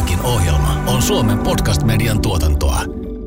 Seuraavakin ohjelma on Suomen podcast-median tuotantoa.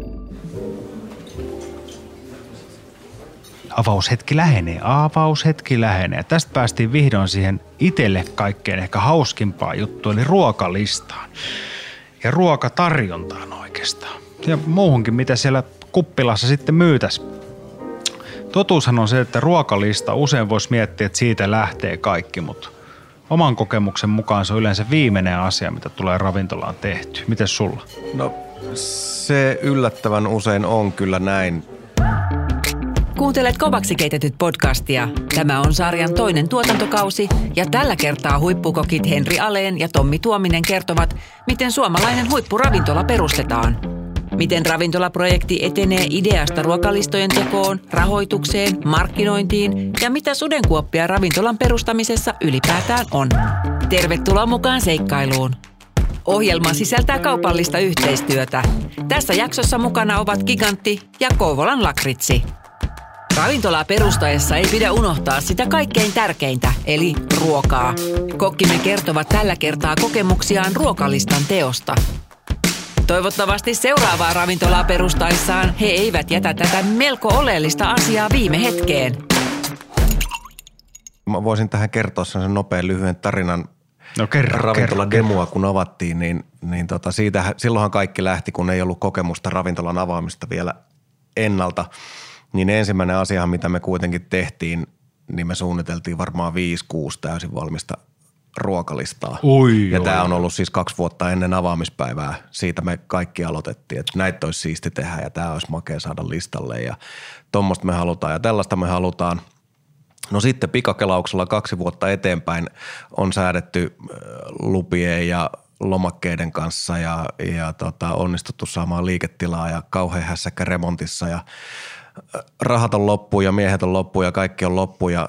Avaushetki lähenee. Tästä päästiin vihdoin siihen itselle kaikkein ehkä hauskimpaan juttuun, eli ruokalistaan. Ja ruokatarjontaan oikeastaan. Ja muuhunkin, mitä siellä kuppilassa sitten myytäisi. Totuushan on se, että ruokalista usein voisi miettiä, että siitä lähtee kaikki, mutta oman kokemuksen mukaan se on yleensä viimeinen asia, mitä tulee ravintolaan tehty. Mites sulla? No se yllättävän usein on kyllä näin. Kuuntelet Kovaksi keitetyt podcastia. Tämä on sarjan toinen tuotantokausi ja tällä kertaa huippukokit Henri Aleen ja Tommi Tuominen kertovat, miten suomalainen huippuravintola perustetaan. Miten ravintolaprojekti etenee ideasta ruokalistojen tekoon, rahoitukseen, markkinointiin ja mitä sudenkuoppia ravintolan perustamisessa ylipäätään on. Tervetuloa mukaan seikkailuun. Ohjelma sisältää kaupallista yhteistyötä. Tässä jaksossa mukana ovat Gigantti ja Kouvolan Lakritsi. Ravintolaa perustaessa ei pidä unohtaa sitä kaikkein tärkeintä, eli ruokaa. Kokkimme kertovat tällä kertaa kokemuksiaan ruokalistan teosta. Toivottavasti seuraavaa ravintolaa perustaessaan he eivät jätä tätä melko oleellista asiaa viime hetkeen. Mä voisin tähän kertoa sen nopean lyhyen tarinan. No ravintolademua kun avattiin, niin silloinhan kaikki lähti, kun ei ollut kokemusta ravintolan avaamista vielä ennalta. Niin ensimmäinen asia, mitä me kuitenkin tehtiin, niin me suunniteltiin varmaan 5-6 täysin valmista ruokalistaa. Ja tämä on ollut siis 2 vuotta ennen avaamispäivää. Siitä me kaikki aloitettiin, että näitä olisi siisti tehdä ja tämä olisi makea saada listalle ja tuommoista me halutaan ja tällaista me halutaan. No sitten pikakelauksella 2 vuotta eteenpäin on säädetty lupien ja lomakkeiden kanssa ja onnistuttu saamaan liiketilaa ja kauhean hässäkkä remontissa ja rahat on loppu ja miehet on loppu ja kaikki on loppu ja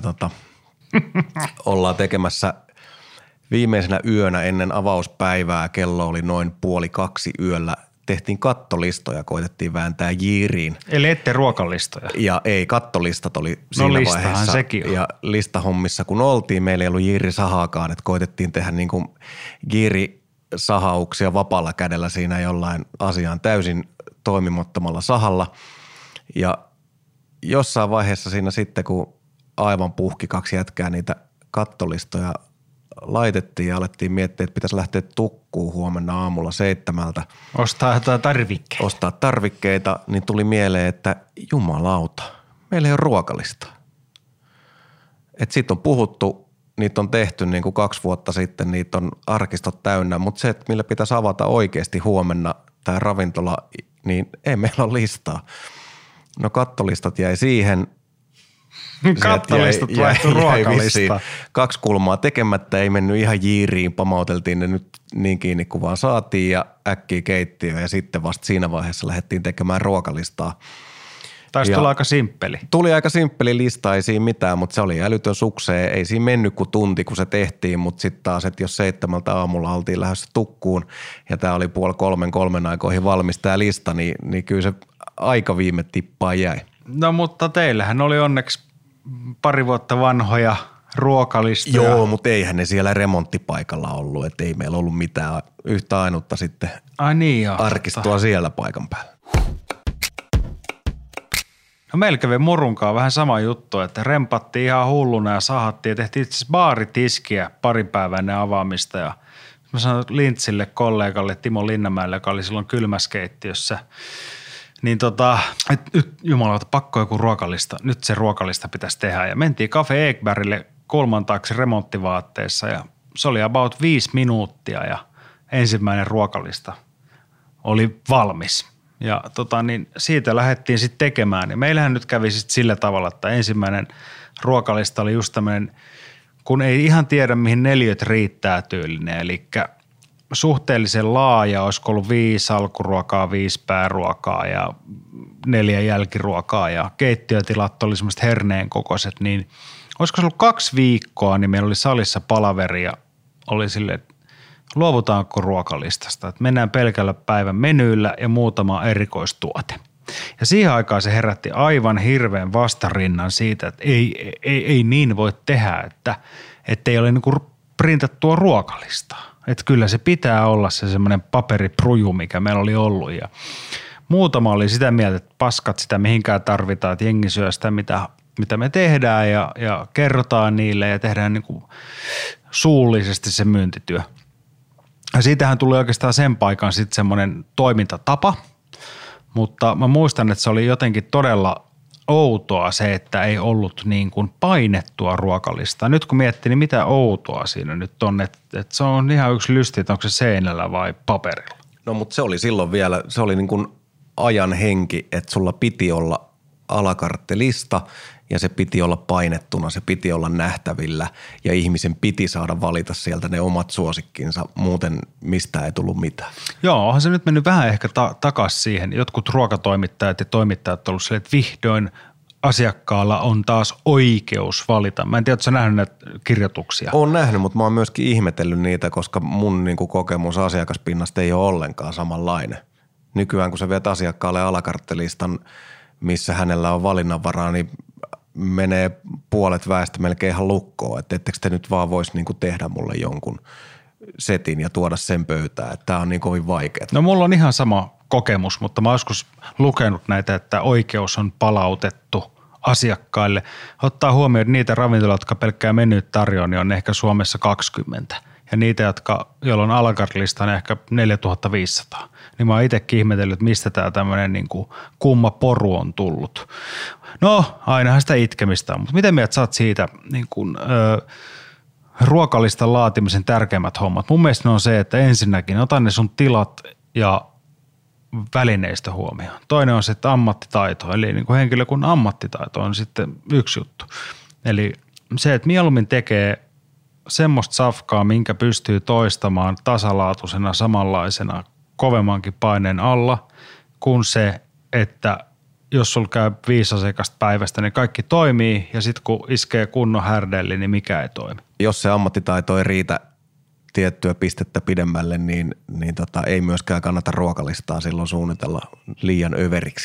ollaan tekemässä viimeisenä yönä ennen avauspäivää, kello oli noin 1:30 yöllä, tehtiin kattolistoja, koitettiin vääntää jiiriin. Eli ette ruokalistoja? Ja ei, kattolistat oli siinä vaiheessa. Sekin on. Ja listahommissa kun oltiin, meillä ei ollut jiirisahaakaan, että koitettiin tehdä niin kuin jiirisahauksia vapaalla kädellä siinä jollain asiaan täysin toimimattomalla sahalla. Ja jossain vaiheessa siinä sitten, kun aivan puhki 2 jätkää niitä kattolistoja laitettiin ja alettiin miettiä, että pitäisi lähteä tukkuun huomenna aamulla 7. Ostaa tarvikkeita. Ostaa tarvikkeita, niin tuli mieleen, että jumalauta, meillä ei ole ruokalista. Että siitä on puhuttu, niitä on tehty niin kuin 2 vuotta sitten, niitä on arkistot täynnä, mutta se, että millä pitäisi avata oikeasti huomenna tämä ravintola, niin ei meillä ole listaa. No kattolistat jäi siihen. Kattolistat vaihtui ruokalista. 2 kulmaa tekemättä, ei mennyt ihan jiiriin, pamauteltiin ne nyt niin kiinni kuin vaan saatiin ja äkkiä keittiöön ja sitten vasta siinä vaiheessa lähdettiin tekemään ruokalistaa. Taisi tulla aika simppeli. Tuli aika simppeli lista, ei siinä mitään, mutta se oli älytön sukseen. Ei siinä mennyt kuin tunti, kun se tehtiin, mutta sitten taas, että jos 7 aamulla oltiin lähdössä tukkuun ja tämä oli 2:30 aikoihin valmis tämä lista, niin kyllä se aika viime tippaan jäi. No mutta teillähän oli onneksi 2 vuotta vanhoja ruokalistoja. Joo, mutta eihän ne siellä remonttipaikalla ollut, että ei meillä ollut mitään yhtä ainutta sitten arkistoa siellä paikan päällä. No meillä kävi Murunkaan vähän sama juttu, että rempattiin ihan hulluna ja sahattiin ja tehtiin itse asiassa baaritiskiä 2 päivää ennen avaamista ja mä sanoin Lintsille kollegalle Timo Linnamäelle, joka oli silloin kylmäskeittiössä, niin että nyt jumalauta pakko joku ruokalista, nyt se ruokalista pitäisi tehdä ja mentiin Cafe Ekbergille kulman taakse remonttivaatteessa ja se oli about 5 minuuttia ja ensimmäinen ruokalista oli valmis. Ja niin siitä lähdettiin sitten tekemään. Ja meillähän nyt kävi sitten sillä tavalla, että ensimmäinen ruokalista oli just tämmöinen, kun ei ihan tiedä mihin neliöt riittää tyylinen. Eli suhteellisen laaja, olisiko ollut 5 alkuruokaa, 5 pääruokaa ja 4 jälkiruokaa. Ja keittiötilat oli semmoiset herneen kokoiset, niin olisiko se ollut 2 viikkoa, niin meillä oli salissa palaveri ja oli silleen, että luovutaanko ruokalistasta, että mennään pelkällä päivän menyillä ja muutama erikoistuote. Ja siihen aikaan se herätti aivan hirveän vastarinnan siitä, että ei niin voi tehdä, että ei ole niinku printattua ruokalistaa. Että kyllä se pitää olla se semmoinen paperipruju, mikä meillä oli ollut ja muutama oli sitä mieltä, että paskat sitä mihinkään tarvitaan, että jengi syö sitä, mitä me tehdään ja kerrotaan niille ja tehdään niin kuin suullisesti se myyntityö. Ja siitähän tuli oikeastaan sen paikan sitten semmoinen toimintatapa, mutta mä muistan, että se oli jotenkin todella outoa se, että ei ollut niin kuin painettua ruokalistaa. Nyt kun miettii, niin mitä outoa siinä nyt on, että se on ihan yksi lysti, että onko se seinällä vai paperilla. No mutta se oli silloin vielä, se oli niin kuin ajan henki, että sulla piti olla à la carte -lista ja se piti olla painettuna, se piti olla nähtävillä ja ihmisen piti saada valita sieltä ne omat suosikkinsa, muuten mistä ei tullut mitään. Joo, onhan se nyt mennyt vähän ehkä takaisin siihen. Jotkut ruokatoimittajat ja toimittajat on ollut silleen, että vihdoin asiakkaalla on taas oikeus valita. Mä en tiedä, ootko sä nähnyt näitä kirjoituksia? Oon nähnyt, mutta mä oon myöskin ihmetellyt niitä, koska mun niin kuin kokemus asiakaspinnasta ei ole ollenkaan samanlainen. Nykyään kun sä viet asiakkaalle à la carte -listan, missä hänellä on valinnanvaraa, niin menee puolet väestä melkein ihan lukkoon. Että ettekö te nyt vaan voisi niin kuin tehdä mulle jonkun setin ja tuoda sen pöytään, että tää on niin kovin vaikeaa. No mulla on ihan sama kokemus, mutta mä oon joskus lukenut näitä, että oikeus on palautettu asiakkaille. Ottaa huomioon, että niitä ravintoloita, jotka pelkkää menyt tarjoaa, niin on ehkä Suomessa 20. Ja niitä, joilla on à la carte -lista, on ehkä 4500. Niin mä oon itsekin ihmetellyt, että mistä tää tämmöinen niin kuin kumma poru on tullut. No, ainahan sitä itkemistä on, mutta miten mieltä sä oot siitä niin kuin, ruokalistan laatimisen tärkeimmät hommat? Mun mielestä ne on se, että ensinnäkin ota ne sun tilat ja välineistä huomioon. Toinen on se, että ammattitaito, eli niin kuin henkilökunnan ammattitaito on sitten yksi juttu. Eli se, että mieluummin tekee semmoista safkaa, minkä pystyy toistamaan tasalaatuisena, samanlaisena, kovemmankin paineen alla, kuin se, että jos sulla käy 5 asiakasta päivästä, niin kaikki toimii ja sitten kun iskee kunnon härdelli, niin mikä ei toimi. Jos se ammattitaito ei riitä tiettyä pistettä pidemmälle, niin ei myöskään kannata ruokalistaa silloin suunnitella liian överiksi.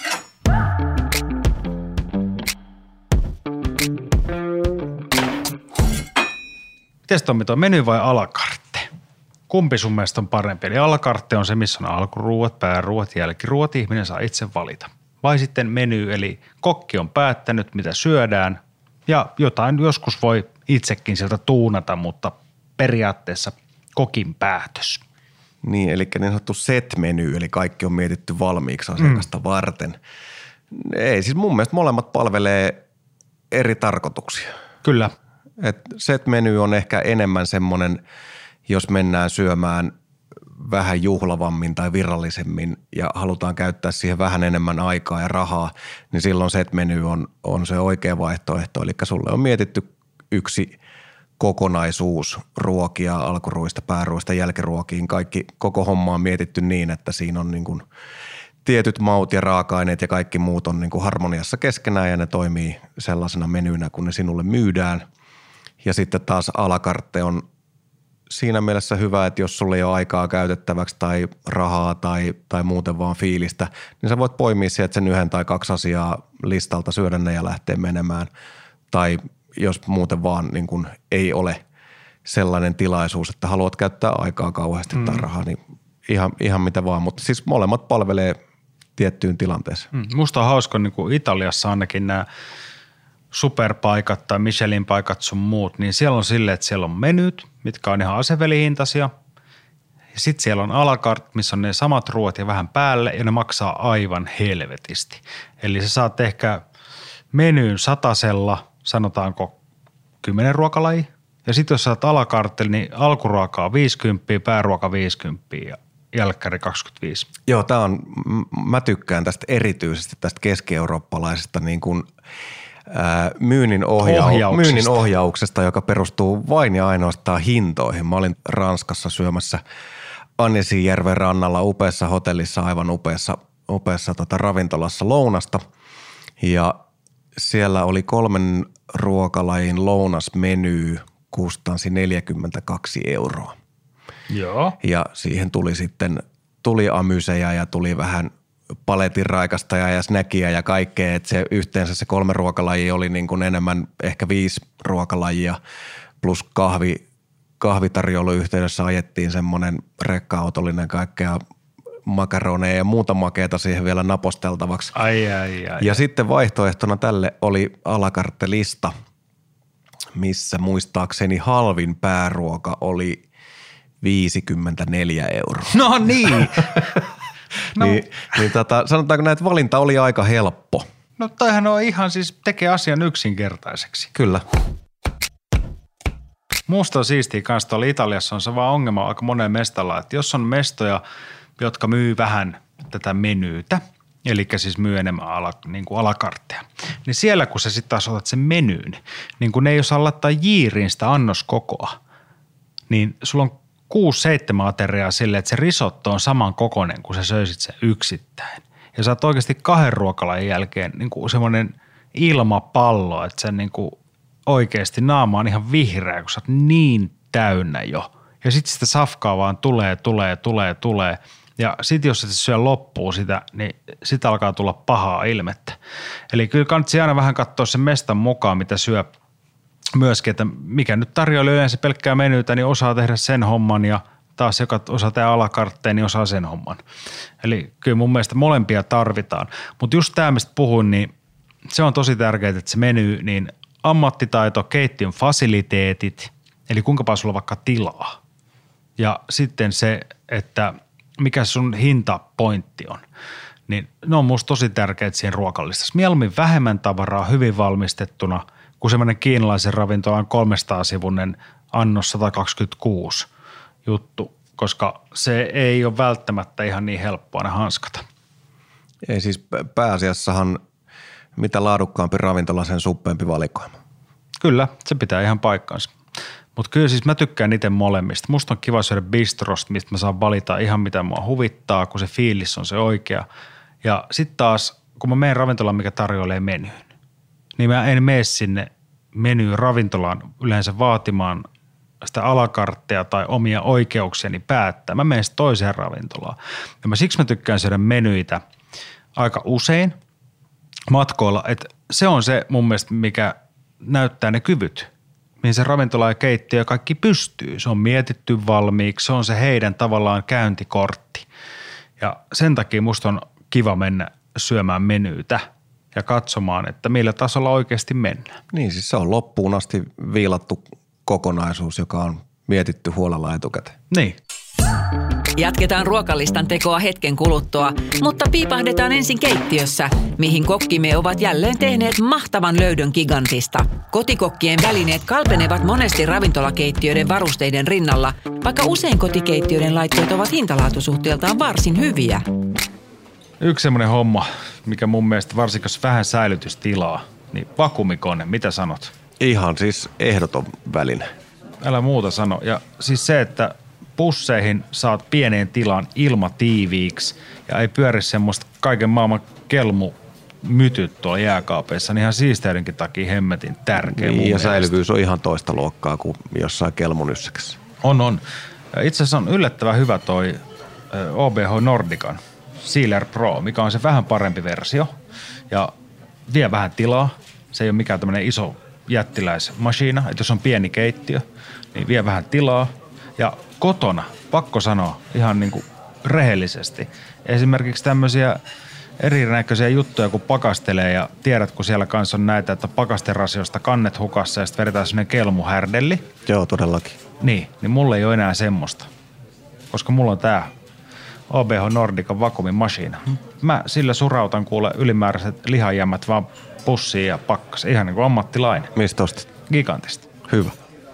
Mites Tommi, tuo meny vai à la carte? Kumpi sun mielestä on parempi? Eli à la carte on se, missä on alkuruuat, pääruuat, jälkiruuat, ihminen saa itse valita. Vai sitten meny, eli kokki on päättänyt, mitä syödään ja jotain joskus voi itsekin sieltä tuunata, mutta periaatteessa kokin päätös. Niin, eli niin sanottu set-meny, eli kaikki on mietitty valmiiksi asiakasta varten. Ei, siis mun mielestä molemmat palvelee eri tarkoituksia. Kyllä. Et set-meny on ehkä enemmän semmoinen, jos mennään syömään vähän juhlavammin tai virallisemmin ja halutaan käyttää siihen vähän enemmän aikaa ja rahaa, niin silloin set-meny on se oikea vaihtoehto. Eli sulle on mietitty yksi kokonaisuus ruokia, alkuruista, pääruista, jälkiruokiin. Koko homma on mietitty niin, että siinä on niin kuin tietyt maut ja raaka-aineet ja kaikki muut on niin kuin harmoniassa keskenään ja ne toimii sellaisena menyynä, kun ne sinulle myydään. Ja sitten taas à la carte on siinä mielessä hyvä, että jos sulla ei ole aikaa käytettäväksi tai rahaa tai muuten vaan fiilistä, niin sä voit poimia sieltä sen 1 tai 2 asiaa listalta, syödä ne ja lähteä menemään. Tai jos muuten vaan niin kuin ei ole sellainen tilaisuus, että haluat käyttää aikaa kauheasti tai rahaa, niin ihan mitä vaan. Mutta siis molemmat palvelee tiettyyn tilanteeseen. Musta on hauska, niin kuin Italiassa ainakin nämä superpaikat tai Michelin-paikat sun muut, niin siellä on silleen, että siellä on menyt, mitkä on ihan asevelihintaisia. Ja sitten siellä on à la carte, missä on ne samat ruoat ja vähän päälle ja ne maksaa aivan helvetisti. Eli sä saat ehkä menyyn 100:lla, sanotaanko 10 ruokalajia. Ja sitten jos sä saat à la carte, niin alkuruokaa 50, pääruoka 50 ja jälkkäri 25. Joo, mä tykkään tästä erityisesti tästä keski-eurooppalaisesta niin kuin myynnin ohjauksesta, joka perustuu vain ja ainoastaan hintoihin. Mä olin Ranskassa syömässä Annecyjärven rannalla upeassa hotellissa, aivan upeassa ravintolassa lounasta ja siellä oli 3 ruokalajin lounasmeny, kustansi 42 €. Joo. Ja siihen tuli amysejä ja tuli vähän paletin raikasta ja snäkiä ja kaikkea, että se yhteensä se 3 ruokalajia oli niin kuin enemmän ehkä 5 ruokalajia plus kahvi kahvitarjoilun yhteydessä ajettiin semmoinen rekka-autollinen kaikkea makaroneja ja muuta makeata siihen vielä naposteltavaksi. Ai. Ja sitten vaihtoehtona tälle oli à la carte -lista, missä muistaakseni halvin pääruoka oli 54 €. No niin. Sanotaanko näin, että valinta oli aika helppo. No toihan on ihan siis tekee asian yksinkertaiseksi. Kyllä. Musta on siistiä kanssa, tuolla Italiassa on se vaan ongelma aika monen mestalla, että jos on mestoja, jotka myy vähän tätä menyytä, eli siis myy enemmän niin kuin alakartteja, niin siellä kun sä sitten taas otat sen menyyn, niin kun ne ei osaa laittaa jiiriin sitä annoskokoa, niin sulla on 6-7 ateriaa silleen, että se risotto on saman kokoinen, kun sä söisit sen yksittäin. Ja sä oot oikeasti 2 ruokalan jälkeen niin kuin semmoinen ilmapallo, että sen niin kuin oikeasti naama on ihan vihreä, kun sä oot niin täynnä jo. Ja sitten sitä safkaa vaan tulee. Ja sitten jos se syö loppuu sitä, niin sitä alkaa tulla pahaa ilmettä. Eli kyllä kannattaa aina vähän katsoa sen mestan mukaan, mitä syö myöskin, että mikä nyt tarjoaa yleensä pelkkää menyytä, niin osaa tehdä sen homman ja taas joka osaa tehdä alakartteja, niin osaa sen homman. Eli kyllä mun mielestä molempia tarvitaan. Mutta just tämä, mistä puhuin, niin se on tosi tärkeää, että se meny, niin ammattitaito, keittiön fasiliteetit, eli kuinka paljon sulla on vaikka tilaa. Ja sitten se, että mikä sun hintapointti on, niin ne on musta tosi tärkeät siinä ruokalistassa. Mieluummin vähemmän tavaraa hyvin valmistettuna kuin semmoinen kiinalaisen ravintolan 300-sivuinen annos 126 juttu, koska se ei ole välttämättä ihan niin helppoa ne hanskata. Ei siis pääasiassahan mitä laadukkaampi ravintola, sen suppeampi valikoima. Kyllä, se pitää ihan paikkansa. Mutta kyllä siis mä tykkään itse molemmista. Musta on kiva syödä bistrosta, mistä mä saan valita ihan mitä mua huvittaa, kun se fiilis on se oikea. Ja sitten taas, kun mä menen ravintolaan, mikä tarjoilee menyyn, niin mä en mene sinne menyyn ravintolaan yleensä vaatimaan sitä alakartteja tai omia oikeuksiani päättää. Mä menen sitten toiseen ravintolaan. Ja siksi mä tykkään syödä menyitä aika usein matkoilla, että se on se mun mielestä, mikä näyttää ne kyvyt, mihin se ravintola ja keittiö kaikki pystyy. Se on mietitty valmiiksi, se on se heidän tavallaan käyntikortti. Ja sen takia musta on kiva mennä syömään menyytä ja katsomaan, että millä tasolla oikeasti mennään. Niin, siis se on loppuun asti viilattu kokonaisuus, joka on mietitty huolella etukäteen. Niin. Jatketaan ruokalistan tekoa hetken kuluttua, mutta piipahdetaan ensin keittiössä, mihin kokkimme ovat jälleen tehneet mahtavan löydön gigantista. Kotikokkien välineet kalpenevat monesti ravintolakeittiöiden varusteiden rinnalla, vaikka usein kotikeittiöiden laitteet ovat hintalaatusuhteeltaan varsin hyviä. Yksi semmoinen homma, mikä mun mielestä varsinkin jos vähän säilytystilaa, niin vakuumikone, mitä sanot? Ihan siis ehdoton väline. Älä muuta sano. Ja siis se, että pusseihin saat pieneen tilaan ilma tiiviiksi ja ei pyöri semmoista kaiken maailman kelmumytyt tuolla jääkaapeissa, niin ihan siisteydenkin takia hemmetin tärkeä niin, mun ja mielestä. säilyvyys on ihan toista luokkaa kuin jossain kelmunyssäkässä. On. Itse asiassa on yllättävän hyvä toi OBH Nordican Sealer Pro, mikä on se vähän parempi versio ja vie vähän tilaa. Se ei ole mikään tämmöinen iso jättiläismasiina, että jos on pieni keittiö, niin vie vähän tilaa. Ja kotona, pakko sanoa ihan niin kuin rehellisesti, esimerkiksi tämmöisiä erinäköisiä juttuja, kun pakastelee ja tiedät, kun siellä kanssa on näitä, että pakasterasiosta kannet hukassa ja sitten vedetään semmoinen kelmuhärdelli. Joo, todellakin. Niin mulla ei ole enää semmoista, koska mulla on tää OBH Nordican vakuumimasiina. Mä sillä surautan kuule ylimääräiset lihajämmät vaan pussiin ja pakkas, ihan niin kuin ammattilainen. Mistä ostit? Gigantista. Hyvä.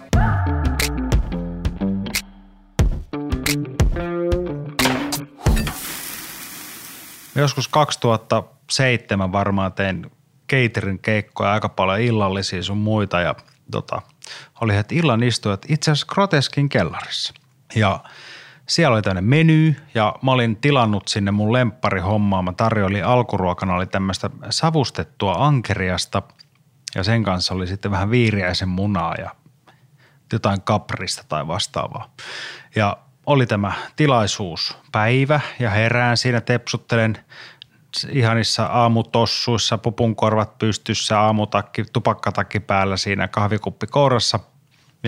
Joskus 2007 varmaan tein caterin keikkoja, aika paljon illallisia sun muita ja oli heti illan istujat itse asiassa Groteskin kellarissa. Ja siellä oli tämmöinen meny ja mä olin tilannut sinne mun lempparihommaa. Mä tarjoilin alkuruokana oli tämmöistä savustettua ankeriasta ja sen kanssa oli sitten vähän viiriäisen munaa ja jotain kaprista tai vastaavaa. Ja oli tämä tilaisuuspäivä ja herään siinä tepsuttelen ihanissa aamutossuissa, pupunkorvat pystyssä, aamutakki, tupakkatakki päällä siinä kahvikuppi kourassa. Ja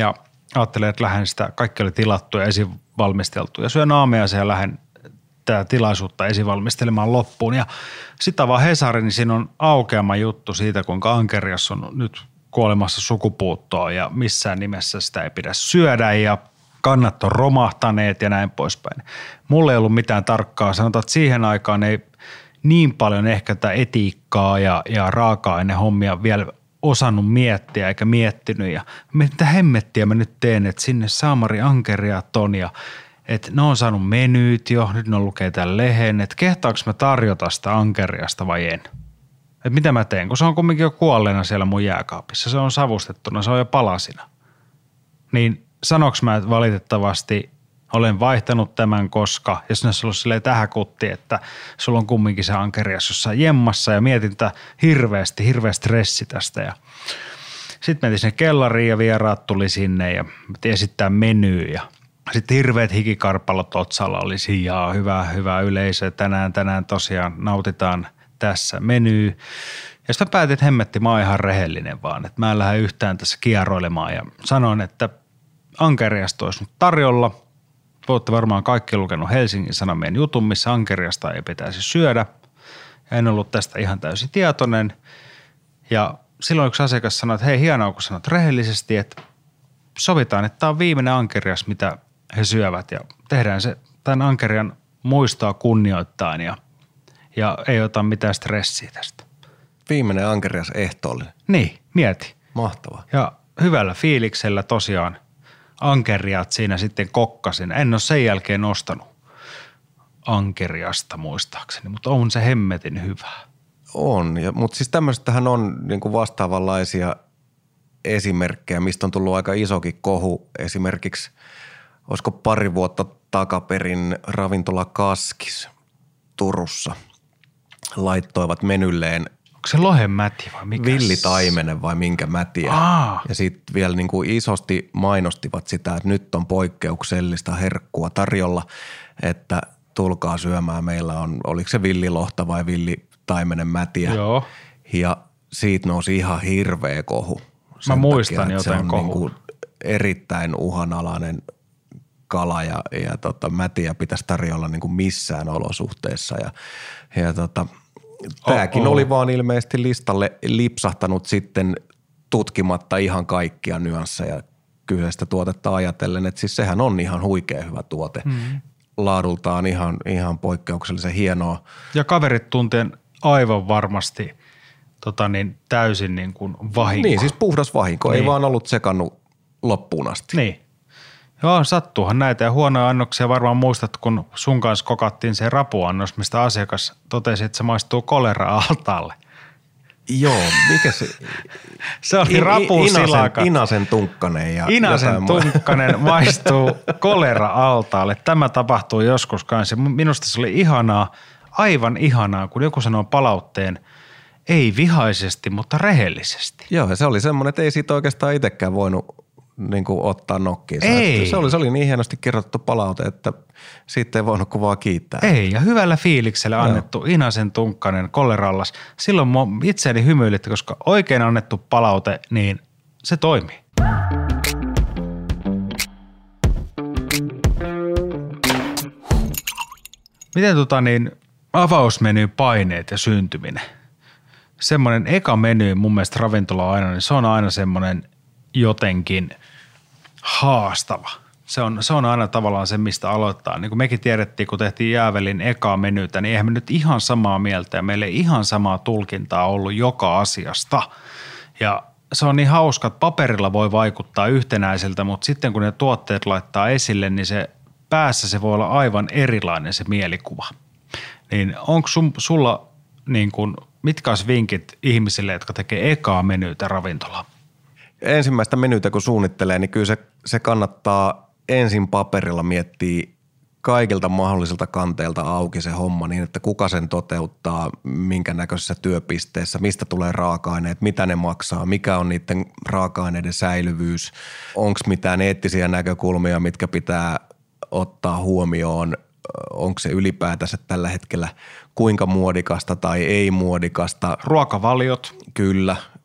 ajattelin, että lähden sitä, kaikki oli tilattu ja esivalmisteltu ja syön aamiaisen ja lähden tätä tilaisuutta esivalmistelemaan loppuun. Ja sitä vaan Hesari, niin siinä on aukeama juttu siitä, kuinka ankerias on nyt kuolemassa sukupuuttoon ja missään nimessä sitä ei pidä syödä ja kannat on romahtaneet ja näin poispäin. Mulla ei ollut mitään tarkkaa. Sanotaan, että siihen aikaan ei niin paljon ehkä tätä etiikkaa ja raaka-ainehommia vielä osannut miettiä eikä miettinyt. Ja mitä hemmettiä mä nyt teen, että sinne Saamari ankeriaat on ja että ne on saanut menyyt jo, nyt ne lukee tämän lehen, että kehtaanko mä tarjota sitä ankeriasta vai en. Että mitä mä teen, kun se on kumminkin jo kuolleena siellä mun jääkaapissa, se on savustettuna, se on jo palasina. Niin sanoks mä, että valitettavasti olen vaihtanut tämän, koska jos ne olisi ollut silleen tähäkutti, että sulla on kumminkin se ankerias jossain jemmassa ja mietintä hirveä stressi tästä. Ja sitten mentiin sinne kellariin ja vieraat tuli sinne ja esittää menyä ja sitten hirveät hikikarpalot otsalla oli siinä, hyvä yleisö, tänään tosiaan nautitaan tässä menyy. Ja sitten päätin, että hemmetti, mä oon ihan rehellinen vaan, että mä en lähde yhtään tässä kierroilemaan ja sanoin, että ankeriasta olisi nyt tarjolla. Voitte varmaan kaikki lukenut Helsingin Sanomien jutun, missä ankeriasta ei pitäisi syödä. Ja en ollut tästä ihan täysin tietoinen. Ja silloin yksi asiakas sanoi, että hei, hienoa kun sanot rehellisesti, että sovitaan, että tämä on viimeinen ankerias, mitä he syövät ja tehdään se tämän ankerian muistoa kunnioittain ja ei ota mitään stressiä tästä. Viimeinen ankerias ehtoollinen. Niin, mieti. Mahtavaa. Ja hyvällä fiiliksellä tosiaan ankeriat siinä sitten kokkasin. En ole sen jälkeen ostanut ankeriasta muistaakseni, mutta on se hemmetin hyvä. On, mutta siis tämmöistähän on niin kuin vastaavanlaisia esimerkkejä, mistä on tullut aika isokin kohu. Esimerkiksi, olisiko pari vuotta takaperin ravintola Kaskis Turussa laittoivat menylleen. Onko se lohenmäti vai mikä? Villitaimenen vai minkä mätiä. Ja sitten vielä niin kuin isosti mainostivat sitä, että nyt on poikkeuksellista herkkua tarjolla, että tulkaa syömään. Meillä on, oliko se villilohta vai villitaimenen mätiä. Joo. Ja siitä nousi ihan hirveä kohu. Mä muistan jotain se on kohua. niin kuin erittäin uhanalainen kala ja mätiä pitäisi tarjolla niin kuin missään olosuhteessa. Tämäkin oli vaan ilmeisesti listalle lipsahtanut sitten tutkimatta ihan kaikkia nyansseja kyseistä tuotetta ajatellen. Että siis sehän on ihan huikea hyvä tuote. Laadultaan ihan poikkeuksellisen hienoa. Ja kaverit tuntien aivan varmasti täysin niin kuin vahinko. Niin, siis puhdas vahinko. Niin. Ei vaan ollut sekannut loppuun asti. Niin. Joo, sattuuhan näitä ja huonoja annoksia varmaan muistat, kun sun kanssa kokattiin se rapuannos, mistä asiakas totesi, että se maistuu kolera-altaalle. Joo, mikä se? Se oli rapusilaka. Inasen tunkkanen ja Inasen tunkkanen maistuu kolera-altaalle. Tämä tapahtuu joskus kanssa. Minusta se oli ihanaa, aivan ihanaa, kun joku sanoo palautteen, ei vihaisesti, mutta rehellisesti. Joo, se oli semmoinen, että ei siitä oikeastaan itsekään voinut niin kuin ottaa nokkiinsa. Ei. Se oli niin hienosti kirjoitettu palaute, että siitä ei voinut kuin vaan kiittää. Ei, ja hyvällä fiiliksellä annettu Inasen tunkkanen kolerallas. Silloin itseäni hymyilytti, koska oikein annettu palaute, niin se toimii. Miten avausmenyn paineet ja syntyminen? Semmoinen eka meny mun mielestä ravintola aina, niin se on aina semmoinen jotenkin haastava. Se on aina tavallaan se, mistä aloittaa. Niin kuin mekin tiedettiin, kun tehtiin Jäävelin ekaa menytä, niin eihän me nyt ihan samaa mieltä ja meillä ei ihan samaa tulkintaa ollut joka asiasta. Ja se on niin hauska, että paperilla voi vaikuttaa yhtenäiseltä, mutta sitten kun ne tuotteet laittaa esille, niin se päässä se voi olla aivan erilainen se mielikuva. Niin onko sulla niin kuin, mitkä olisi vinkit ihmisille, jotka tekee ekaa menytä ravintolaan? Ensimmäistä menytä kun suunnittelee, niin kyllä se kannattaa ensin paperilla miettiä kaikilta mahdollisilta kanteilta auki se homma niin, että kuka sen toteuttaa, minkä näköisessä työpisteessä, mistä tulee raaka-aineet, mitä ne maksaa, mikä on niiden raaka-aineiden säilyvyys, onko mitään eettisiä näkökulmia, mitkä pitää ottaa huomioon, onko se ylipäätänsä tällä hetkellä kuinka muodikasta tai ei muodikasta. Ruokavaliot. Kyllä.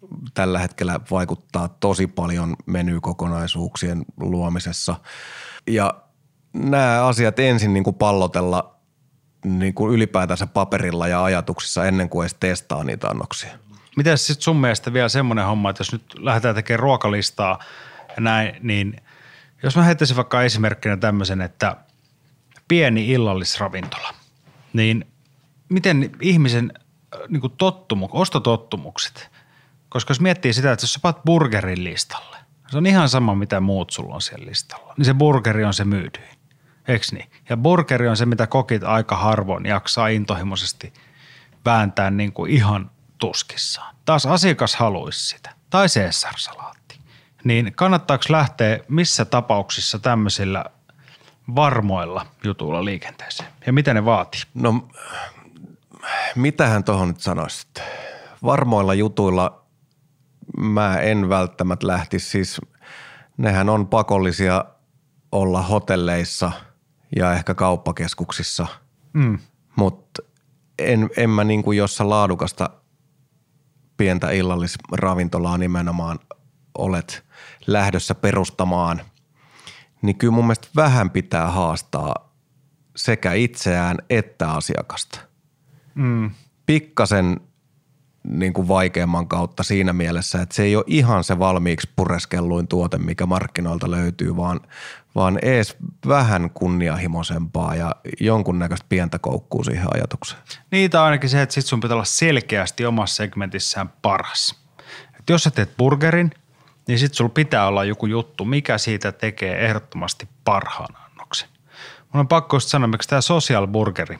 tällä hetkellä vaikuttaa tosi paljon menykokonaisuuksien luomisessa. Ja nämä asiat ensin niin kuin pallotella niin kuin ylipäätänsä paperilla ja ajatuksissa ennen kuin edes testaa niitä annoksia. Miten sitten sun mielestä vielä semmoinen homma, että jos nyt lähdetään tekemään ruokalistaa ja näin, niin jos mä heittäisin vaikka esimerkkinä tämmöisen, että pieni illallisravintola, niin miten ihmisen niin kuin ostotottumukset, koska jos miettii sitä, että jos sä paat burgerin listalle, se on ihan sama mitä muut sulla on siellä listalla, niin se burgeri on se myydyin, eikö niin? Ja burgeri on se, mitä kokit aika harvoin jaksaa intohimoisesti vääntää niin kuin ihan tuskissaan. Taas asiakas haluaisi sitä, tai Caesar-salaatti. Niin kannattaako lähteä missä tapauksissa tämmöisillä varmoilla jutuilla liikenteeseen? Ja mitä ne vaatii? No, mitähän tuohon nyt sanoisit? Varmoilla jutuilla mä en välttämättä lähtisi. Siis nehän on pakollisia olla hotelleissa ja ehkä kauppakeskuksissa. Mutta en mä niin kuin jossa laadukasta pientä illallisravintolaa nimenomaan olet lähdössä perustamaan, niin kyllä mun mielestä vähän pitää haastaa sekä itseään että asiakasta. Pikkasen niin kuin vaikeamman kautta siinä mielessä, että se ei ole ihan se valmiiksi pureskelluin tuote, mikä markkinoilta löytyy, vaan ees vähän kunnianhimoisempaa ja jonkunnäköistä pientä koukkuu siihen ajatukseen. Niitä on ainakin se, että sit sun pitää olla selkeästi omassa segmentissään paras. Et jos sä teet burgerin, niin sit sulla pitää olla joku juttu, mikä siitä tekee ehdottomasti parhaan annoksen. Mun on pakko sanoa, miksi tämä social burgeri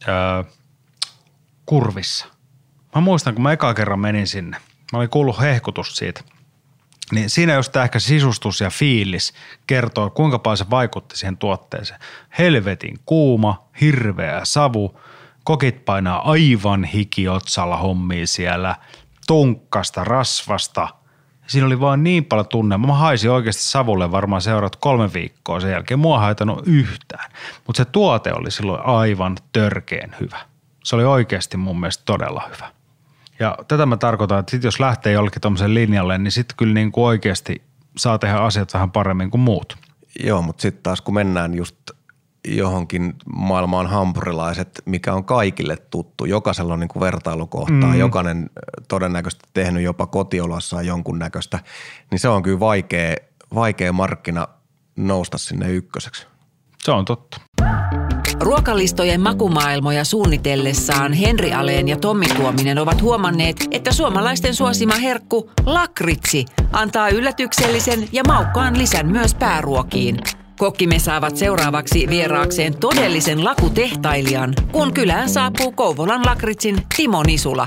Kurvissa. Mä muistan, kun mä eka kerran menin sinne, mä olin kuullut hehkutusta siitä, niin siinä just tämä ehkä sisustus ja fiilis kertoo, kuinka paljon se vaikutti siihen tuotteeseen. Helvetin kuuma, hirveä savu, kokit painaa aivan hikiotsalla hommia siellä, tunkkasta, rasvasta. Siinä oli vaan niin paljon tunnelmaa. Mä haisin oikeasti savulle varmaan seuraat 3 viikkoa sen jälkeen. Mua haitanut yhtään, mutta se tuote oli silloin aivan törkeen hyvä. Se oli oikeasti mun mielestä todella hyvä. Ja tätä mä tarkoitan, että sit jos lähtee jollekin tommoisen linjalle, niin sitten kyllä niin kuin oikeasti saa tehdä asiat vähän paremmin kuin muut. Joo, mutta sitten taas kun mennään just johonkin maailmaan hampurilaiset, mikä on kaikille tuttu, jokaisella on niin kuin vertailukohtaa, jokainen todennäköisesti tehnyt jopa kotiolossaan jonkunnäköistä, niin se on kyllä vaikea markkina nousta sinne ykköseksi. Se on totta. Ruokalistojen makumaailmoja suunnitellessaan Henri Aleen ja Tommi Tuominen ovat huomanneet, että suomalaisten suosima herkku lakritsi antaa yllätyksellisen ja maukkaan lisän myös pääruokiin. Kokkimme saavat seuraavaksi vieraakseen todellisen lakutehtailijan, kun kylään saapuu Kouvolan lakritsin Timo Nisula.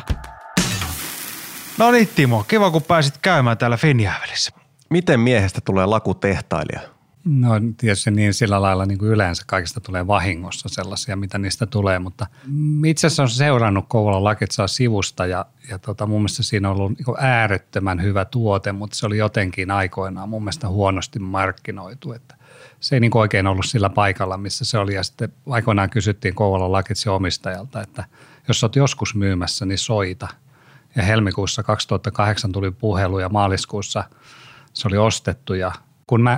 No niin Timo, kiva kun pääsit käymään täällä Finjävelissä. Miten miehestä tulee lakutehtailija? No tietysti niin sillä lailla niin kuin yleensä kaikista tulee vahingossa sellaisia, mitä niistä tulee, mutta itse asiassa on seurannut Kouvolan lakitsaa sivusta ja mun mielestä siinä on ollut niin äärettömän hyvä tuote, mutta se oli jotenkin aikoinaan mun mielestä huonosti markkinoitu, että se ei niin oikein ollut sillä paikalla, missä se oli ja sitten aikoinaan kysyttiin Kouvolan lakitsen omistajalta, että jos olet joskus myymässä, niin soita ja helmikuussa 2008 tuli puhelu ja maaliskuussa se oli ostettu ja kun mä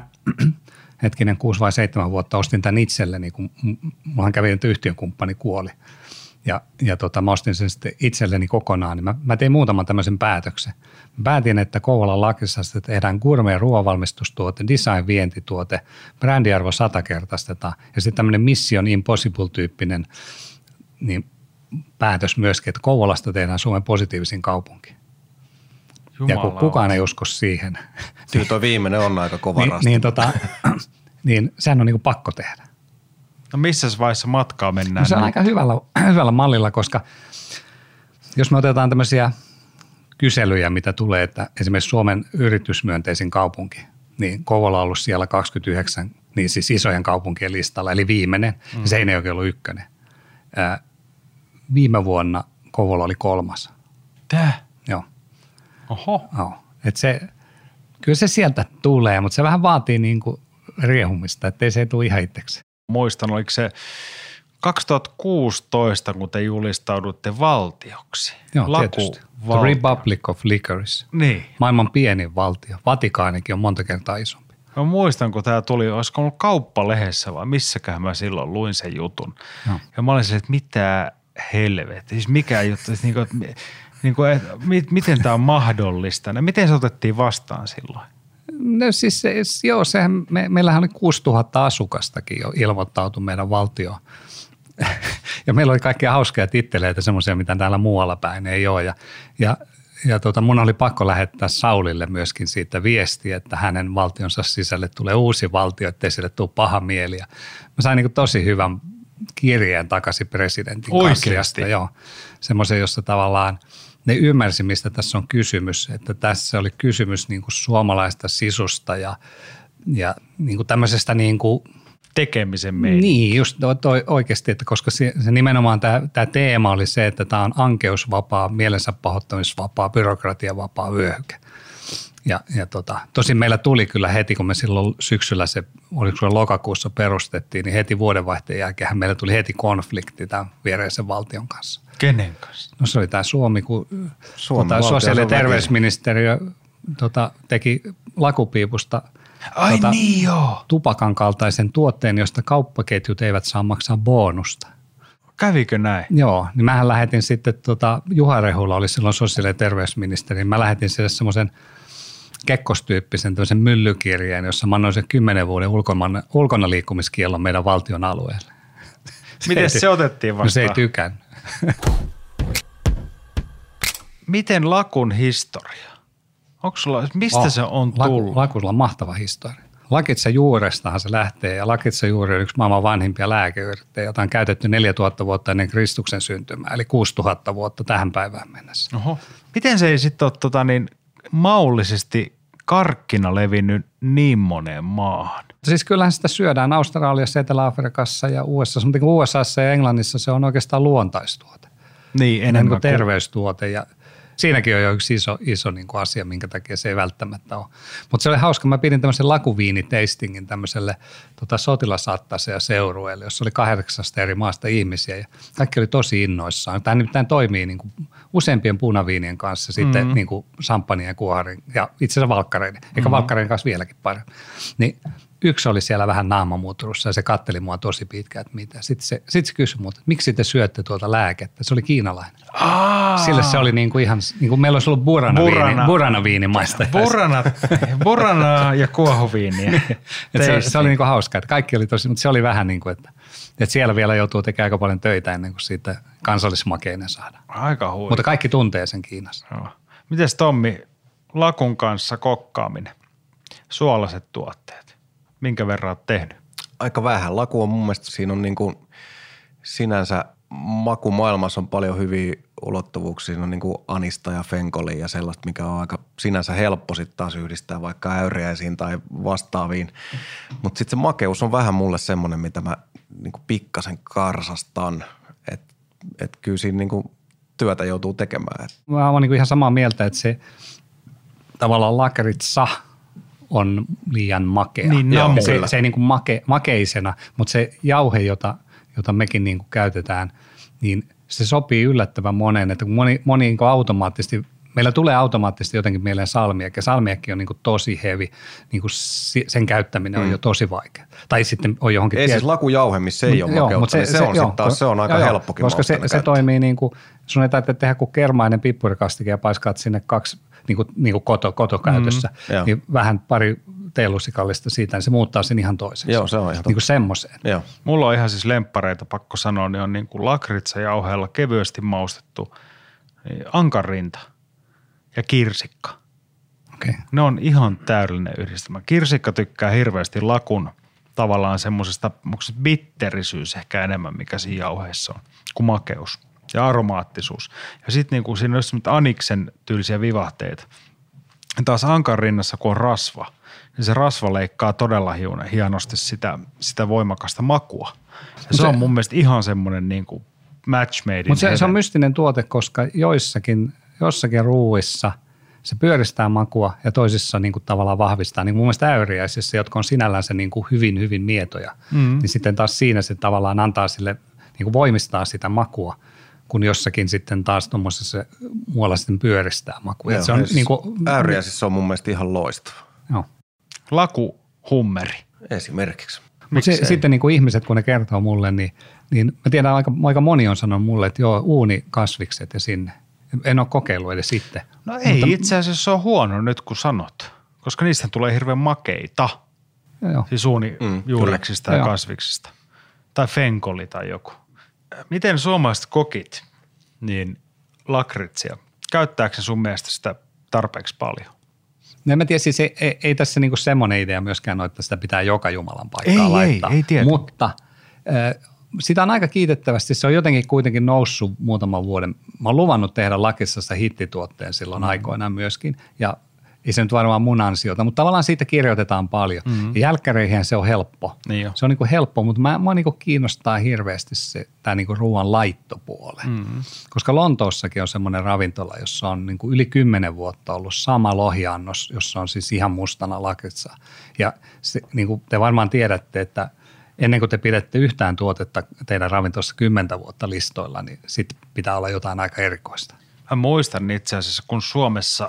6 vai 7 vuotta ostin tämän itselleni, kun mullahan kävi, että yhtiökumppani kuoli. Ja mä ostin sen sitten itselleni kokonaan, niin mä tein muutaman tämmöisen päätöksen. Mä päätin, että Kouvolan lakissa tehdään gourmet ruoanvalmistustuote, design-vientituote, brändiarvo 100-kertaistetaan ja sitten tämmöinen Mission Impossible-tyyppinen niin päätös myöskin, että Kouvolasta tehdään Suomen positiivisin kaupunki. Ja kun kukaan ei usko siihen. Kyllä tuo viimeinen on aika kova rasti. Niin sehän on niin kuin pakko tehdä. No missä vaiheessa matkaa mennään? No se on aika hyvällä mallilla, koska jos me otetaan tämmöisiä kyselyjä, mitä tulee, että esimerkiksi Suomen yritysmyönteisin kaupunki, niin Kouvola on ollut siellä 29, niin siis isojen kaupunkien listalla, eli viimeinen, ja Seinäjoki on ollut 1. Viime vuonna Kouvola oli 3. Tää? Joo. Oho. No, kyllä se sieltä tulee, mutta se vähän vaatii niin kuin riehumista, ettei se tule ihan itseksi. Muistan, oliko se 2016, kun te julistaudutte valtioksi. Joo, tietysti. The Republic of Licorice. Niin. Maailman pienin valtio. Vatikaanikin on monta kertaa isompi. Mä muistan, kun tämä tuli, olisiko ollut Kauppalehdessä vai missäkään mä silloin luin sen jutun. No. Ja mä olin silleen, että mitä helvetti, siis mikä juttu, miten tämä on mahdollista? Miten se otettiin vastaan silloin? No siis meillähän oli 6000 asukastakin jo ilmoittautu meidän valtioon. Ja meillä oli kaikkia hauskoja titteleitä, semmoisia, mitä täällä muualla päin ei ole. Ja mun oli pakko lähettää Saulille myöskin siitä viestiä, että hänen valtionsa sisälle tulee uusi valtio, ettei sille tule paha mieli. Ja mä sain niin kuin tosi hyvän kirjeen takaisin presidentin kansliasta. Joo, semmoisen, jossa tavallaan ne ymmärsi, mistä tässä on kysymys. Että tässä oli kysymys niin kuin suomalaista sisusta ja niin kuin tämmöisestä niin kuin tekemisen meidän. Niin, just oikeasti, että koska se nimenomaan tämä teema oli se, että tämä on ankeusvapaa, mielensä pahoittamisvapaa, byrokratiavapaa vyöhyke. Ja tosin meillä tuli kyllä heti, kun me silloin syksyllä oliko se lokakuussa perustettiin, niin heti vuodenvaihteen jälkeen meillä tuli heti konflikti tämän viereisen valtion kanssa. Kenen kanssa? No se oli tämä Suomi, kun sosiaali- ja terveysministeriö teki lakupiipusta tupakan kaltaisen tuotteen, josta kauppaketjut eivät saa maksaa bonusta. Kävikö näin? Joo, niin mähän lähetin sitten, Juha Rehula oli silloin sosiaali- ja terveysministeri, niin mä lähetin sille semmoisen kekkostyyppisen tämmöisen myllykirjeen, jossa mä annoin sen 10 vuoden ulkona liikkumiskiellon meidän valtion alueelle. Miten se otettiin vastaan? No se ei tykännyt. Miten lakun historia? Mistä se on tullut? Lakulla on mahtava historia. Lakitsa juurestahan se lähtee ja Lakitsa juuri on yksi maailman vanhimpia lääkeyrttejä, jota on käytetty 4000 vuotta ennen Kristuksen syntymää, eli 6000 vuotta tähän päivään mennessä. Oho. Miten se ei sitten ole maullisesti karkkina levinnyt niin moneen maahan? Siis kyllähän sitä syödään Australiassa, Etelä-Afrikassa ja USAssa, mutta USAssa ja Englannissa se on oikeastaan luontaistuote. Niin, enemmän kuin terveystuote ja siinäkin on jo yksi iso niin kuin asia, minkä takia se ei välttämättä ole. Mutta se oli hauska. Mä pidin tämmöisen lakuviinitastingin tämmöiselle sotilasattaseen seurueelle, jossa oli 8 eri maasta ihmisiä ja kaikki oli tosi innoissaan. Tämä nimittäin toimii niin kuin useampien punaviinien kanssa, sitten niin kuin champagne ja kuoharin ja itse asiassa valkkareiden, eikä valkkareiden kanssa vieläkin paremmin. Niin yksi oli siellä vähän naamamuuturussa ja se katteli mua tosi pitkään, että mitä. Sitten se kysyi muuta, että miksi te syötte tuota lääkettä? Se oli kiinalainen. Sille se oli niin kuin ihan, niin kuin meillä olisi ollut burana-viinimaista. Burana ja kuohuviiniä. se oli niin kuin hauskaa, että kaikki oli tosi, mutta se oli vähän niin kuin, että siellä vielä joutuu tekemään aika paljon töitä ennen kuin siitä kansallismakeinen saadaan. Aika huikea. Mutta kaikki tuntee sen Kiinassa. Joo. Mites Tommi, lakun kanssa kokkaaminen, suolaiset tuotteet? Minkä verran olet tehnyt? Aika vähän. Laku on mun mielestä, siinä on niin kuin sinänsä makumaailmassa on paljon hyviä ulottuvuuksia. Siinä on niin kuin anista ja fenkolia ja sellaista, mikä on aika sinänsä helppo sitten taas yhdistää vaikka äyriäisiin tai vastaaviin. Mutta sitten se makeus on vähän mulle semmoinen, mitä mä niin kuin pikkasen karsastan. Että kyllä siinä niin kuin työtä joutuu tekemään. Mä oon niin kuin ihan samaa mieltä, että se tavallaan lakritsa on liian makea. Niin, se ei niin kuin makeisena, mutta se jauhe, jota mekin niin kuin käytetään, niin se sopii yllättävän moneen, että kun moni niin kuin automaattisesti, meillä tulee automaattisesti jotenkin mieleen salmiakki, ja salmiakki on niin kuin tosi heavy, niin kuin sen käyttäminen on jo tosi vaikea. Tai sitten on johonkin... Ei siis lakujauhe, missä ei ole makeutta, niin se on aika helppokin. Koska se toimii niin kuin, sun ei tarvitse tehdä kuin kermainen pippurikastike ja paiskaat sinne 2 niin kuin kotokäytössä, niin vähän pari teelusikallista siitä, niin se muuttaa sen ihan toiseksi. Joo, se on ihan niin kuin semmoiseen. Joo. Mulla on ihan siis lemppareita, pakko sanoa, niin on niin kuin lakritsajauheella kevyesti maustettu ankarinta ja kirsikka. Okay. Ne on ihan täydellinen yhdistelmä. Kirsikka tykkää hirveästi lakun tavallaan semmoisesta, onko se bitterisyys ehkä enemmän, mikä siinä jauheessa on, kuin makeus. Ja aromaattisuus. Ja sitten niin siinä on semmoista aniksen tyylisiä vivahteita. Ja taas ankanrinnassa, kun on rasva, niin se rasva leikkaa todella hienosti sitä voimakasta makua. Ja se on mun mielestä ihan semmoinen niin kuin match made in Mutta se on mystinen tuote, koska jossakin ruuissa se pyöristää makua ja toisissa niin kuin tavallaan vahvistaa. Niin mun mielestä äyriäisissä, jotka on sinällänsä niin kuin hyvin, hyvin mietoja, niin sitten taas siinä se tavallaan antaa sille niin kuin voimistaa sitä makua, kun jossakin sitten taas tuommoisessa muualla sitten pyöristää makua. Joo, se on niin kuin, äyriäisissä on mun mielestä ihan loistava. Joo. Lakuhummeri. Esimerkiksi. Sitten niin kuin ihmiset, kun ne kertoo mulle, niin mä tiedän aika moni on sanonut mulle, että joo, uunikasvikset ja sinne. En ole kokeillut edes sitten. No ei itse asiassa ole huono nyt, kun sanot, koska niistä tulee hirveän makeita. Joo. Siis uunijuureksista ja kasviksista. Tai fenkoli tai joku. Miten suomalaiset kokit, niin lakritsia, käyttääkö se sun mielestä sitä tarpeeksi paljon? No en mä tiedä, siis ei tässä niinku semmoinen idea myöskään ole, että sitä pitää joka Jumalan paikkaa laittaa. Ei tiedä. Mutta sitä on aika kiitettävästi, se on jotenkin kuitenkin noussut muutaman vuoden. Mä oon luvannut tehdä Lakitsasta hittituotteen silloin aikoinaan myöskin ja ei se nyt varmaan mun ansiota, mutta tavallaan siitä kirjoitetaan paljon. Ja jälkkäreihin se on helppo. Niin se on niinku helppo, mutta mua niinku kiinnostaa hirveästi tämä niinku ruoan laittopuole. Koska Lontoossakin on semmoinen ravintola, jossa on niinku yli 10 vuotta ollut sama lohiannos, jossa on siis ihan mustana lakritsaa. Ja se, niinku te varmaan tiedätte, että ennen kuin te pidätte yhtään tuotetta teidän ravintolassa 10 vuotta listoilla, niin sitten pitää olla jotain aika erikoista. Mä muistan itse asiassa, kun Suomessa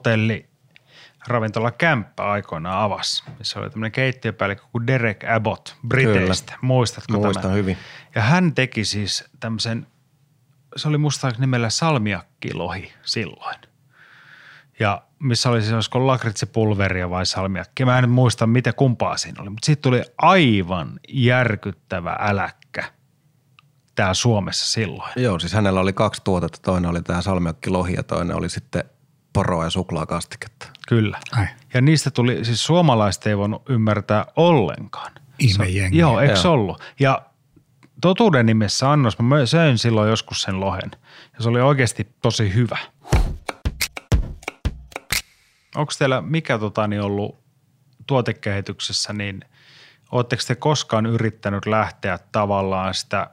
ravintola Kämppä aikoinaan avasi, missä oli tämmöinen keittiöpäällikkö kuin Derek Abbott Briteistä. Kyllä. Muistatko Muistan tämän? hyvin. Ja hän teki siis tämmöisen, se oli muistaakseni nimellä salmiakkilohi silloin. Ja missä oli siis, olisiko lakritsipulveria vai salmiakki. Mä en nyt muista, mitä kumpaa siinä oli, mutta siitä tuli aivan järkyttävä äläkkä täällä Suomessa silloin. Joo, siis hänellä oli 2 tuotetta. Toinen oli tämä salmiakkilohi ja toinen oli sitten poroa ja suklaakastiketta. Kyllä. Ja niistä tuli, siis suomalaiset ei voinut ymmärtää ollenkaan. Ihmejengi. Joo, eikö ollut? Ja totuuden nimessä annos, mä söin silloin joskus sen lohen. Ja se oli oikeasti tosi hyvä. Onko teillä mikä ollut tuotekehityksessä, niin ootteko te koskaan yrittänyt lähteä tavallaan sitä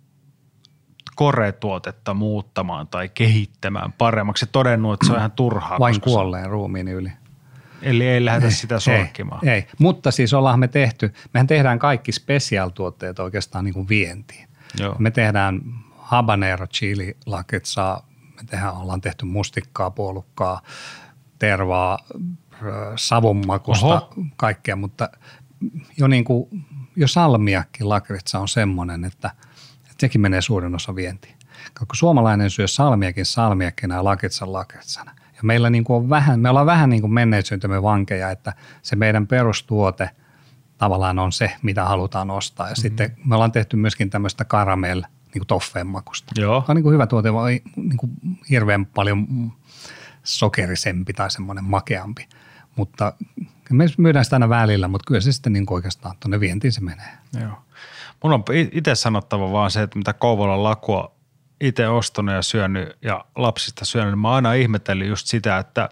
koretuotetta muuttamaan tai kehittämään paremmaksi? Todennut, että se on ihan turhaa. Vain kuolleen ruumiin yli. Eli ei lähdetä sitä sorkkimaan. Ei, mutta siis ollaan me tehty, mehän tehdään kaikki special-tuotteet oikeastaan niin kuin vientiin. Joo. Me tehdään habanero chili lakritsaa, ollaan tehty mustikkaa, puolukkaa, tervaa, savunmakusta, kaikkea, mutta jo salmiakki lakritsa on semmoinen, että sekin menee suurin osa vientiin. Kun suomalainen syö salmiakkina ja lakritsan lakritsana. Ja meillä me ollaan vähän niin kuin menneisyytemme vankeja, että se meidän perustuote tavallaan on se, mitä halutaan ostaa. Ja sitten me ollaan tehty myöskin tämmöistä karamell, niin kuin toffeen makusta. Joo. On niin kuin hyvä tuote, vaan niin kuin hirveän paljon sokerisempi tai semmoinen makeampi. Mutta me myydään sitä aina välillä, mutta kyllä se sitten niin kuin oikeastaan tuonne vientiin se menee. Joo. Mun on itse sanottava vaan se, että mitä Kouvolan lakua itse ostanut ja syönyt ja lapsista syönyt, niin mä aina ihmetellyt just sitä, että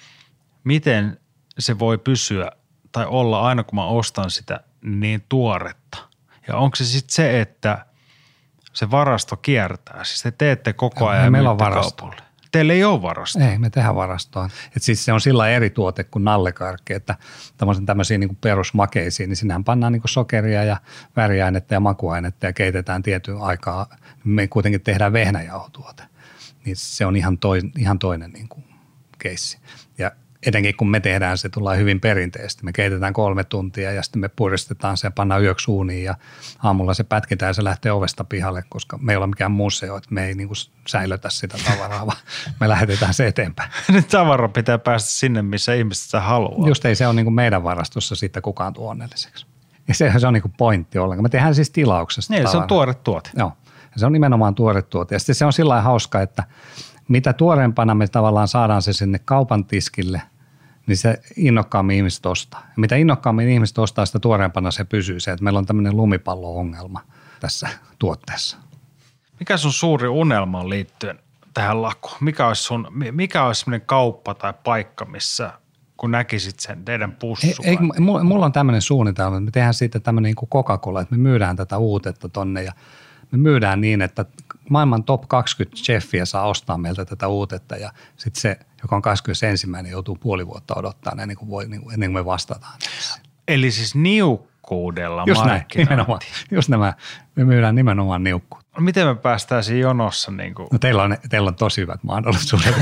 miten se voi pysyä tai olla aina kun mä ostan sitä niin tuoretta. Ja onko se sitten se, että se varasto kiertää, siis te teette koko ajan ja myytte kaupalle. Teillä ei ole varastoa. Ei, me tehdään varastoa. Et siis se on sillä eri tuote kuin nallekarkki, että tämmöisiä niin kuin perusmakeisiin, niin sinnehän pannaan niin kuin sokeria ja väriainetta ja makuainetta ja keitetään tietyn aikaa. Me kuitenkin tehdään vehnäjauhotuote, niin se on ihan toinen niin kuin keissi. Ja etenkin kun me tehdään se, tullaan hyvin perinteisesti. Me keitetään 3 tuntia ja sitten me puristetaan se ja pannaan yöksi uuniin ja aamulla se pätkitään ja se lähtee ovesta pihalle, koska me ei ole mikään museo, että me ei niin kuin säilötä sitä tavaraa, vaan me lähetetään se eteenpäin. Nyt tavara pitää päästä sinne, missä ihmiset sitä haluaa. Just ei se ole niin kuin meidän varastossa siitä kukaan tuo onnelliseksi. Ja se on niin kuin pointti ollenkaan. Me tehdään siis tilauksesta. Niin, se on tuore tuote. Joo, ja se on nimenomaan tuore tuote. Ja sitten se on sillä lailla hauska, että mitä tuoreempana me tavallaan saadaan se sinne kaupan tiskille, niin se innokkaammin ihmiset ostaa. Ja mitä innokkaammin ihmiset ostaa, sitä tuoreempana se pysyy se, että meillä on tämmöinen lumipallo-ongelma tässä tuotteessa. Mikä sun suuri unelma on liittyen tähän lakuun? Mikä olisi semmoinen kauppa tai paikka, missä kun näkisit sen teidän pussua? Mulla on tämmöinen suunnitelma, että me tehdään siitä tämmöinen niin kuin Coca-Cola, että me myydään tätä uutetta tonne ja me myydään niin, että maailman top 20 cheffiä saa ostaa meiltä tätä uutetta ja sitten se, joka on 21. joutuu puoli vuotta odottaa ennen kuin me vastataan. Eli siis niukkuudella Just näin, nimenomaan. Just nämä, me myydään nimenomaan niukkuutta. Miten me päästään siinä jonossa? Niin kuin? No teillä on tosi hyvät mahdollisuudet.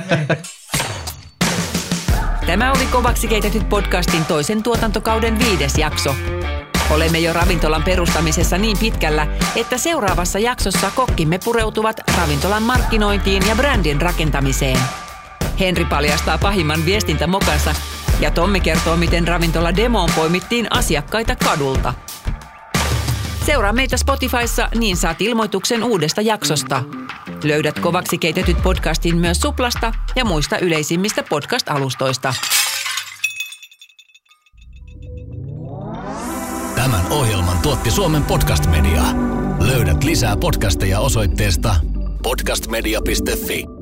Tämä oli Kovaksi keitetty podcastin toisen tuotantokauden 5. jakso. Olemme jo ravintolan perustamisessa niin pitkällä, että seuraavassa jaksossa kokkimme pureutuvat ravintolan markkinointiin ja brändin rakentamiseen. Henri paljastaa pahimman viestintämokansa ja Tommi kertoo, miten ravintola demoon poimittiin asiakkaita kadulta. Seuraa meitä Spotifyssa, niin saat ilmoituksen uudesta jaksosta. Löydät Kovaksi keitetyt podcastin myös Suplasta ja muista yleisimmistä podcast-alustoista. Tämän ohjelman tuotti Suomen Podcast Media. Löydät lisää podcasteja osoitteesta podcastmedia.fi.